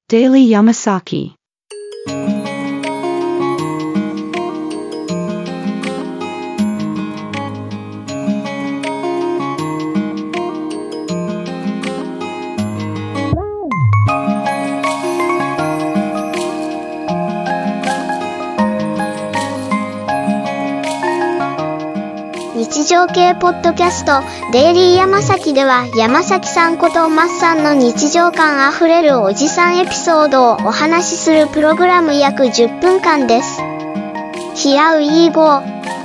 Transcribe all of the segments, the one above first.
Daily Yamasaki. 日常系ポッドキャストデイリーヤマサキでは山崎さんことマッさんの日常感あふれるおじさんエピソードをお話しするプログラム約10分間です。Here we go。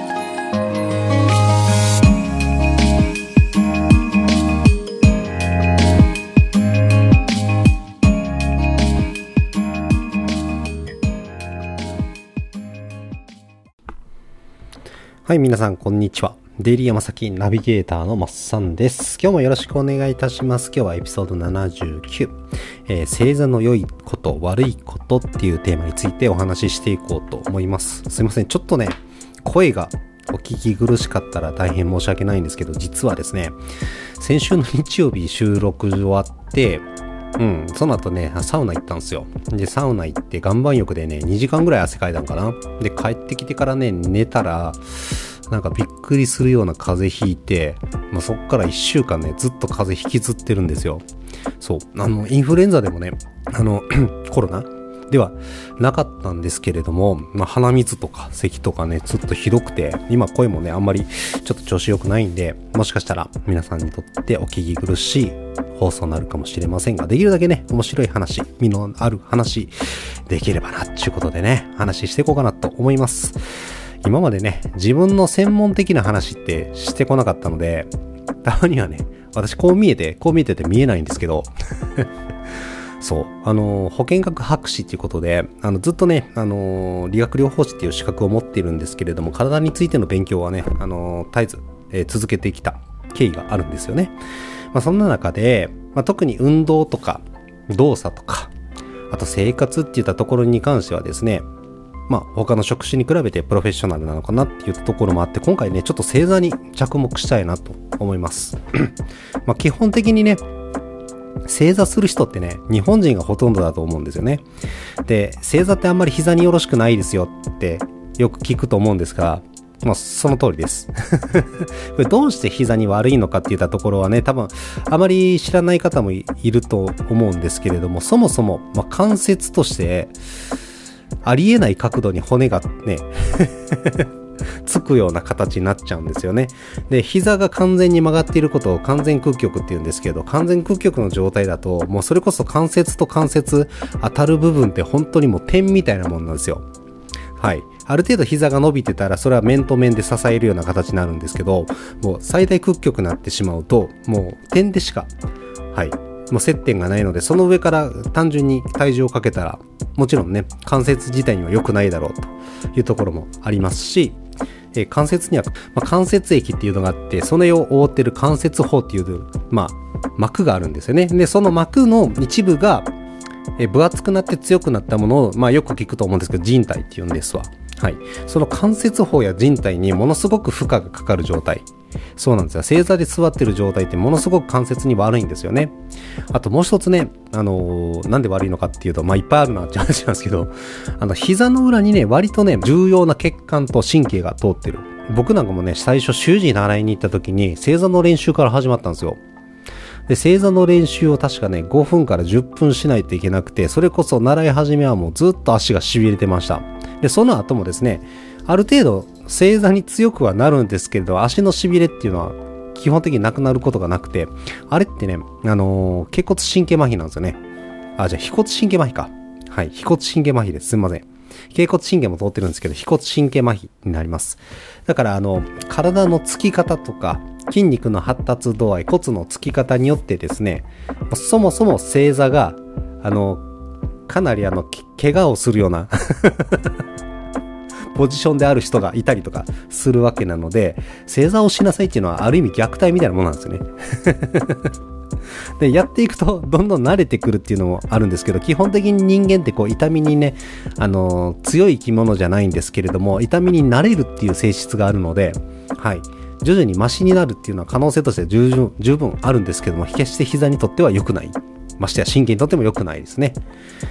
はい、皆さんこんにちは。デイリーヤマサキナビゲーターのマッサンです。今日もよろしくお願いいたします。今日はエピソード79、星座の良いこと悪いことっていうテーマについてお話ししていこうと思います。すいません、ちょっとね声がお聞き苦しかったら大変申し訳ないんですけど、実はですね先週の日曜日収録終わってその後ね、サウナ行ったんですよ。で、サウナ行って岩盤浴でね、2時間ぐらい汗かいたんかな。で、帰ってきてからね、寝たら、なんかびっくりするような風邪ひいて、そっから1週間ね、ずっと風邪引きずってるんですよ。そう。インフルエンザでもね、コロナではなかったんですけれども、鼻水とか咳とかね、ずっとひどくて、今声もね、あんまりちょっと調子良くないんで、もしかしたら皆さんにとってお聞き苦しい放送になるかもしれませんが、できるだけね、面白い話、身のある話、できればな、っていうことでね、話していこうかなと思います。今までね、自分の専門的な話ってしてこなかったので、たまにはね、私こう見えてて見えないんですけど、そう、保健学博士っていうことで、ずっとね、理学療法士っていう資格を持っているんですけれども、体についての勉強はね、絶えず、続けてきた経緯があるんですよね。そんな中で、特に運動とか動作とか、あと生活っていったところに関してはですね、他の職種に比べてプロフェッショナルなのかなっていうところもあって、今回ね、ちょっと星座に着目したいなと思います。基本的にね、星座する人ってね、日本人がほとんどだと思うんですよね。で、星座ってあんまり膝によろしくないですよってよく聞くと思うんですが、その通りです。これどうして膝に悪いのかっていったところはね、多分あまり知らない方もいると思うんですけれども、そもそも、関節としてありえない角度に骨がねつくような形になっちゃうんですよね。で、膝が完全に曲がっていることを完全屈曲って言うんですけど、完全屈曲の状態だともうそれこそ関節と関節当たる部分って本当にもう点みたいなもんなんですよ。はい。ある程度膝が伸びてたらそれは面と面で支えるような形になるんですけど、もう最大屈曲になってしまうともう点でしかもう接点がないので、その上から単純に体重をかけたらもちろんね、関節自体には良くないだろうというところもありますし、関節には、関節液っていうのがあって、それを覆っている関節包っていう、膜があるんですよね。で、その膜の一部が分厚くなって強くなったものを、よく聞くと思うんですけど、靭帯って言うんですわ。はい。その関節包や靭帯にものすごく負荷がかかる状態。そうなんですよ。星座で座ってる状態ってものすごく関節に悪いんですよね。あともう一つね、なんで悪いのかっていうと、いっぱいあるなって話なんですけど、膝の裏にね、割とね、重要な血管と神経が通ってる。僕なんかもね、最初習字習いに行った時に、星座の練習から始まったんですよ。で、星座の練習を確かね、5分から10分しないといけなくて、それこそ習い始めはもうずっと足が痺れてました。で、その後もですね、ある程度星座に強くはなるんですけれど、足の痺れっていうのは基本的になくなることがなくて、あれってね、脛骨神経麻痺なんですよね。じゃあ腓骨神経麻痺か。はい、腓骨神経麻痺です。すみません。脛骨神経も通ってるんですけど、腓骨神経麻痺になります。だから体のつき方とか、筋肉の発達度合い、骨のつき方によってですね、そもそも星座が、かなり怪我をするようなポジションである人がいたりとかするわけなので、星座をしなさいっていうのはある意味虐待みたいなものなんですよね。で、やっていくとどんどん慣れてくるっていうのもあるんですけど、基本的に人間ってこう痛みにね、強い生き物じゃないんですけれども、痛みに慣れるっていう性質があるので、はい。徐々にマシになるっていうのは可能性として十分あるんですけども、決して膝にとっては良くない。ましてや神経にとっても良くないですね。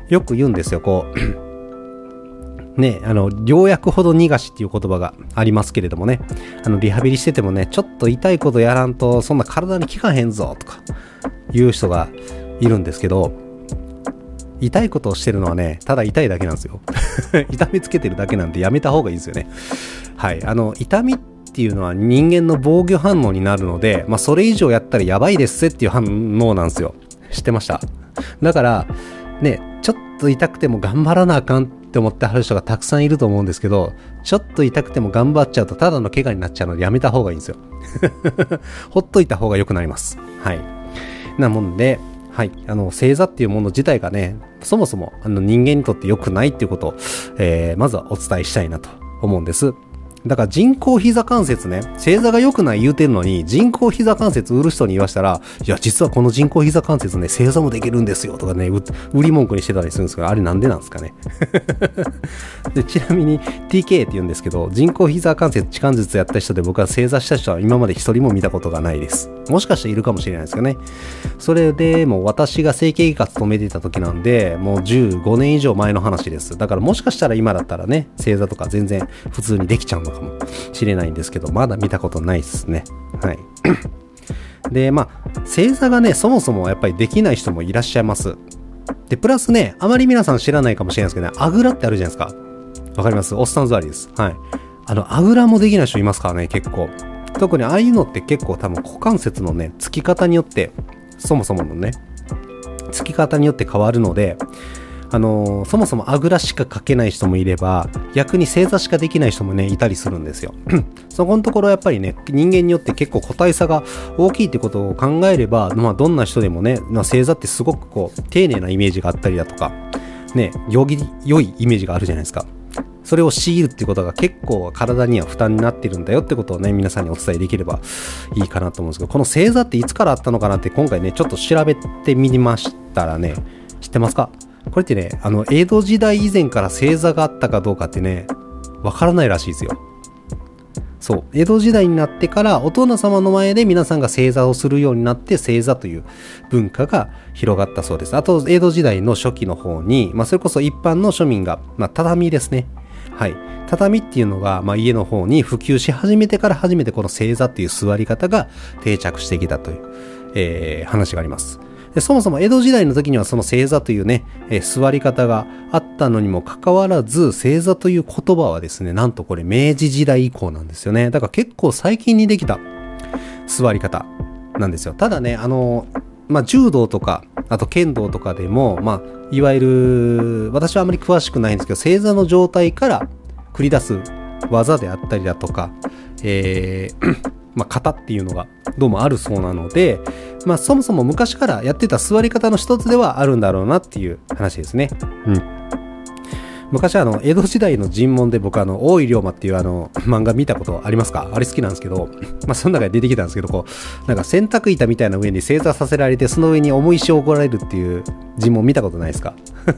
よく言うんですよ、こう。ね、良薬ほど逃がしっていう言葉がありますけれどもね、リハビリしててもね、ちょっと痛いことやらんと、そんな体に効かへんぞ、とか、言う人がいるんですけど、痛いことをしてるのはね、ただ痛いだけなんですよ。痛みつけてるだけなんでやめた方がいいですよね。はい。痛みっていうのは人間の防御反応になるので、まあ、それ以上やったらやばいですっていう反応なんですよ。知ってました？だから、ね、ちょっと痛くても頑張らなあかんって思ってはる人がたくさんいると思うんですけど、ちょっと痛くても頑張っちゃうとただの怪我になっちゃうのでやめた方がいいんですよ。ほっといた方が良くなります。はい。なもんで、はい。正座っていうもの自体がね、そもそも人間にとって良くないっていうことを、まずはお伝えしたいなと思うんです。だから人工膝関節ね、正座が良くない言うてるのに、人工膝関節売る人に言わしたら、いや、実はこの人工膝関節ね、正座もできるんですよとかね、売り文句にしてたりするんですけど、あれなんでなんですかね。でちなみに TK って言うんですけど、人工膝関節置換術やった人で僕は正座した人は今まで一人も見たことがないです。もしかしているかもしれないですけどね。それでもう私が整形外科勤めていた時なんで、もう15年以上前の話です。だからもしかしたら今だったらね、正座とか全然普通にできちゃうのかもしれないんですけど、まだ見たことないですね。はい。で、まあ、正座がね、そもそもやっぱりできない人もいらっしゃいます。で、プラスね、あまり皆さん知らないかもしれないですけどね、あぐらってあるじゃないですか。わかります？おっさん座りです。はい。あぐらもできない人いますからね、結構。特にああいうのって結構多分股関節のね、つき方によって、そもそものね、つき方によって変わるので、そもそもあぐらしかかけない人もいれば、逆に正座しかできない人もね、いたりするんですよ。そこのところやっぱりね、人間によって結構個体差が大きいってことを考えれば、まあどんな人でもね、正座ってすごくこう、丁寧なイメージがあったりだとか、ね、良いイメージがあるじゃないですか。それを強いるっていうことが結構体には負担になってるんだよってことをね、皆さんにお伝えできればいいかなと思うんですけど、この正座っていつからあったのかなって今回ね、ちょっと調べてみましたらね、知ってますか？これってね、江戸時代以前から正座があったかどうかってね、わからないらしいですよ。そう。江戸時代になってからお殿様の前で皆さんが正座をするようになって正座という文化が広がったそうです。あと、江戸時代の初期の方に、まあ、それこそ一般の庶民が、まあ、畳ですね。はい。畳っていうのが、まあ、家の方に普及し始めてから初めてこの正座っていう座り方が定着してきたという、話があります。でそもそも江戸時代の時にはその正座というね、座り方があったのにもかかわらず、正座という言葉はですね、なんとこれ明治時代以降なんですよね。だから結構最近にできた座り方なんですよ。ただね、まあ、柔道とか、あと剣道とかでも、まあ、いわゆる、私はあまり詳しくないんですけど、正座の状態から繰り出す技であったりだとか、まあ、型っていうのがどうもあるそうなので、まあ、そもそも昔からやってた座り方の一つではあるんだろうなっていう話ですね。うん。昔江戸時代の尋問で僕大井龍馬っていう漫画見たことありますか？あれ好きなんですけど、まあその中で出てきたんですけど、こう、なんか洗濯板みたいな上に正座させられて、その上に重い石を怒られるっていう尋問見たことないですか？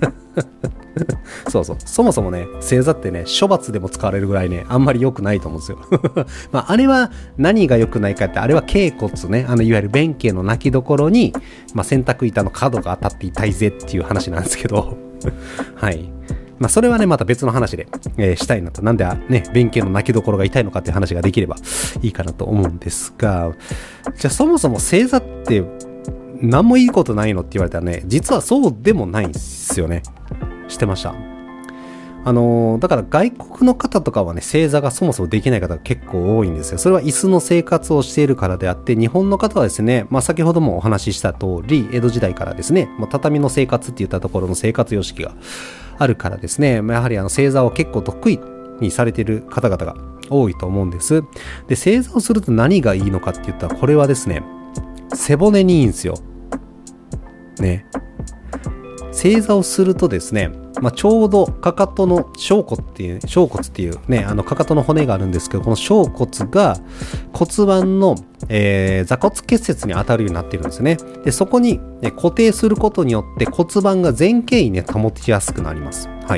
そうそう。そもそもね、正座ってね、処罰でも使われるぐらいね、あんまり良くないと思うんですよ。まああれは何が良くないかって、あれは脛骨ね、いわゆる弁慶の泣きどころに、まあ洗濯板の角が当たって痛いぜっていう話なんですけど、はい。まあそれはね、また別の話で、したいなと。なんでね、弁慶の泣きどころが痛いのかっていう話ができればいいかなと思うんですが、じゃあそもそも正座って何もいいことないのって言われたらね、実はそうでもないんですよね。知ってました？だから外国の方とかはね、正座がそもそもできない方が結構多いんですよ。それは椅子の生活をしているからであって、日本の方はですね、まあ先ほどもお話しした通り、江戸時代からですね、もう畳の生活って言ったところの生活様式があるからですね、やはり正座を結構得意にされている方々が多いと思うんです。で、正座をすると何がいいのかって言ったら、これはですね、背骨にいいんですよ。ね。正座をするとですね、まあ、ちょうどかかとの小骨っていうね、かかとの骨があるんですけど、この小骨が骨盤の、座骨結節に当たるようになっているんですね。で、そこに、固定することによって骨盤が前傾位にね、保ちやすくなります。はい。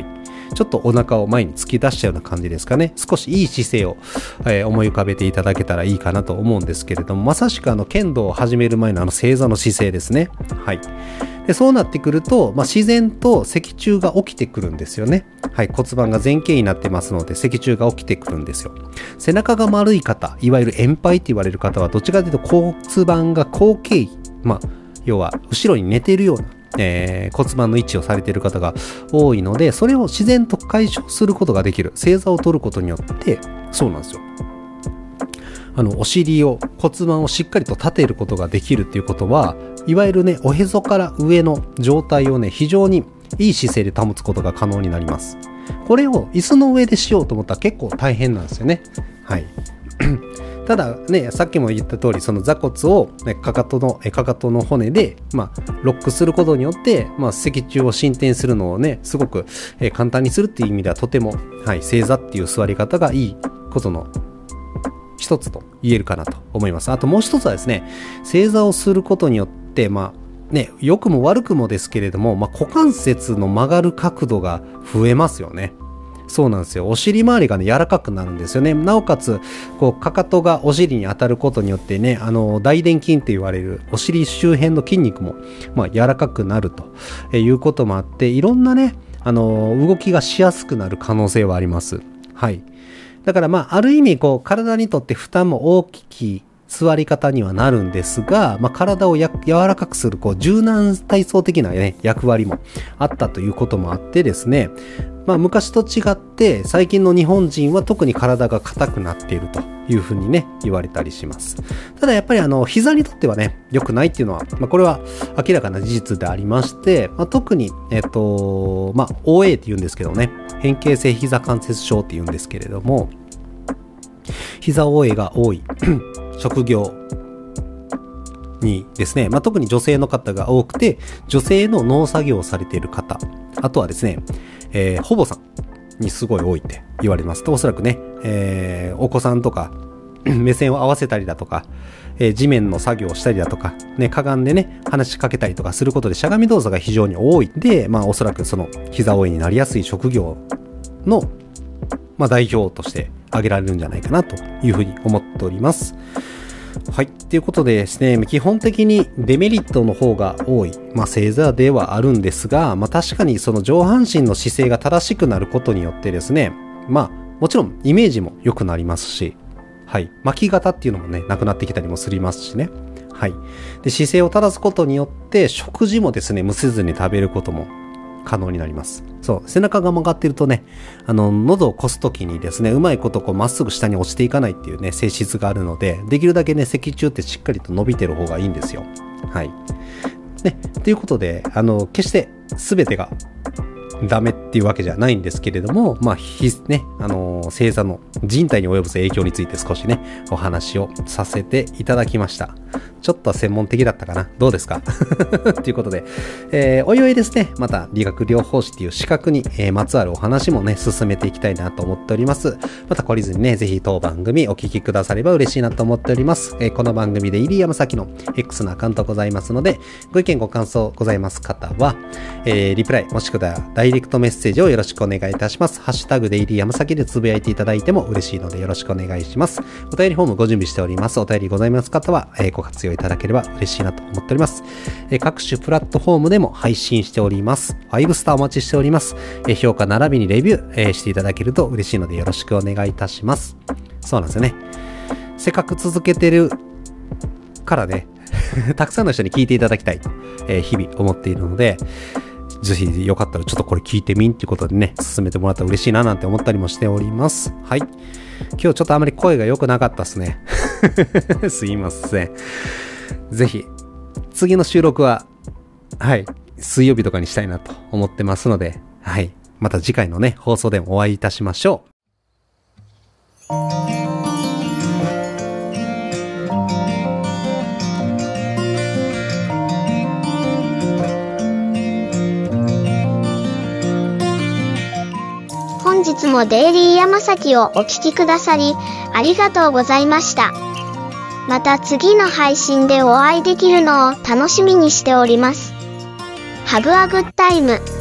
ちょっとお腹を前に突き出しちゃうような感じですかね。少しいい姿勢を、思い浮かべていただけたらいいかなと思うんですけれども、まさしく剣道を始める前の正座の姿勢ですね。はい。でそうなってくると、自然と脊柱が起きてくるんですよね。はい、骨盤が前傾になってますので脊柱が起きてくるんですよ。背中が丸い方、いわゆる円背って言われる方はどっちかというと骨盤が後傾、要は後ろに寝ているような、骨盤の位置をされている方が多いので、それを自然と解消することができる。正座を取ることによってそうなんですよ。お尻を骨盤をしっかりと立てることができるっていうことは、いわゆるねおへそから上の状態をね非常にいい姿勢で保つことが可能になります。これを椅子の上でしようと思ったら結構大変なんですよね。はいただね、さっきも言った通り、その座骨を、かかとの骨で、ロックすることによって、脊柱を伸展するのをねすごく、簡単にするっていう意味ではとても、正座っていう座り方がいいことの一つと言えるかなと思います。あともう一つはですね、正座をすることによって良くも悪くもですけれども、股関節の曲がる角度が増えますよね。そうなんですよ。お尻周りがね柔らかくなるんですよね。なおかつかかとがお尻に当たることによってね、大臀筋と言われるお尻周辺の筋肉も柔らかくなるということもあって、いろんなね動きがしやすくなる可能性はあります。はい。だからある意味体にとって負担も大きい座り方にはなるんですが、体を柔らかくする柔軟体操的なね役割もあったということもあってですね、昔と違って最近の日本人は特に体が硬くなっているというふうにね言われたりします。ただやっぱり膝にとってはね良くないっていうのは、これは明らかな事実でありまして、特にOA って言うんですけどね、変形性膝関節症って言うんですけれども、膝 OA が多い職業にですね、特に女性の方が多くて、女性の農作業をされている方、あとはですね、保母さんにすごい多いって言われますと、おそらくね、お子さんとか目線を合わせたりだとか、地面の作業をしたりだとか、かがんでね話しかけたりとかすることでしゃがみ動作が非常に多いで、おそらくその膝 OA になりやすい職業の、代表として挙げられるんじゃないかなというふうに思っております。はい。ということでですね、基本的にデメリットの方が多い、正座ではあるんですが、確かにその上半身の姿勢が正しくなることによってですね、もちろんイメージも良くなりますし、はい。巻き肩っていうのもね、なくなってきたりもすりますしね。はい。で、姿勢を正すことによって、食事もですね、むせずに食べることも可能になります。そう、背中が曲がってるとね、喉をこすときにですね、うまいことまっすぐ下に落ちていかないっていうね、性質があるので、できるだけね、脊柱ってしっかりと伸びてる方がいいんですよ。はい。ね、ということで、決して全てがダメっていうわけじゃないんですけれども、正座の人体に及ぼす影響について少しね、お話をさせていただきました。ちょっと専門的だったかな、どうですかということで、おいおいですね、また理学療法士っていう資格に、まつわるお話もね進めていきたいなと思っております。また懲りずにね、ぜひ当番組お聞きくだされば嬉しいなと思っております。この番組で入山崎の X のアカウントございますので、ご意見ご感想ございます方は、リプライもしくはダイレクトメッセージをよろしくお願いいたします。ハッシュタグで入山崎でつぶやいていただいても嬉しいのでよろしくお願いします。お便りフォームご準備しております。お便りございます方は、ご活用いただければ嬉しいなと思っております。各種プラットフォームでも配信しております。5スターお待ちしております。評価並びにレビュー、していただけると嬉しいのでよろしくお願いいたします。そうなんですよね。せっかく続けてるからねたくさんの人に聞いていただきたいと、日々思っているので、ぜひよかったらちょっとこれ聞いてみんっていうことでね、進めてもらったら嬉しいななんて思ったりもしております。はい。今日ちょっとあまり声が良くなかったですねすいません。ぜひ次の収録は水曜日とかにしたいなと思ってますので、また次回のね放送でもお会いいたしましょう。 本日もデイリーヤマサキをお聞きくださりありがとうございました。また次の配信でお会いできるのを楽しみにしております。Have a good time.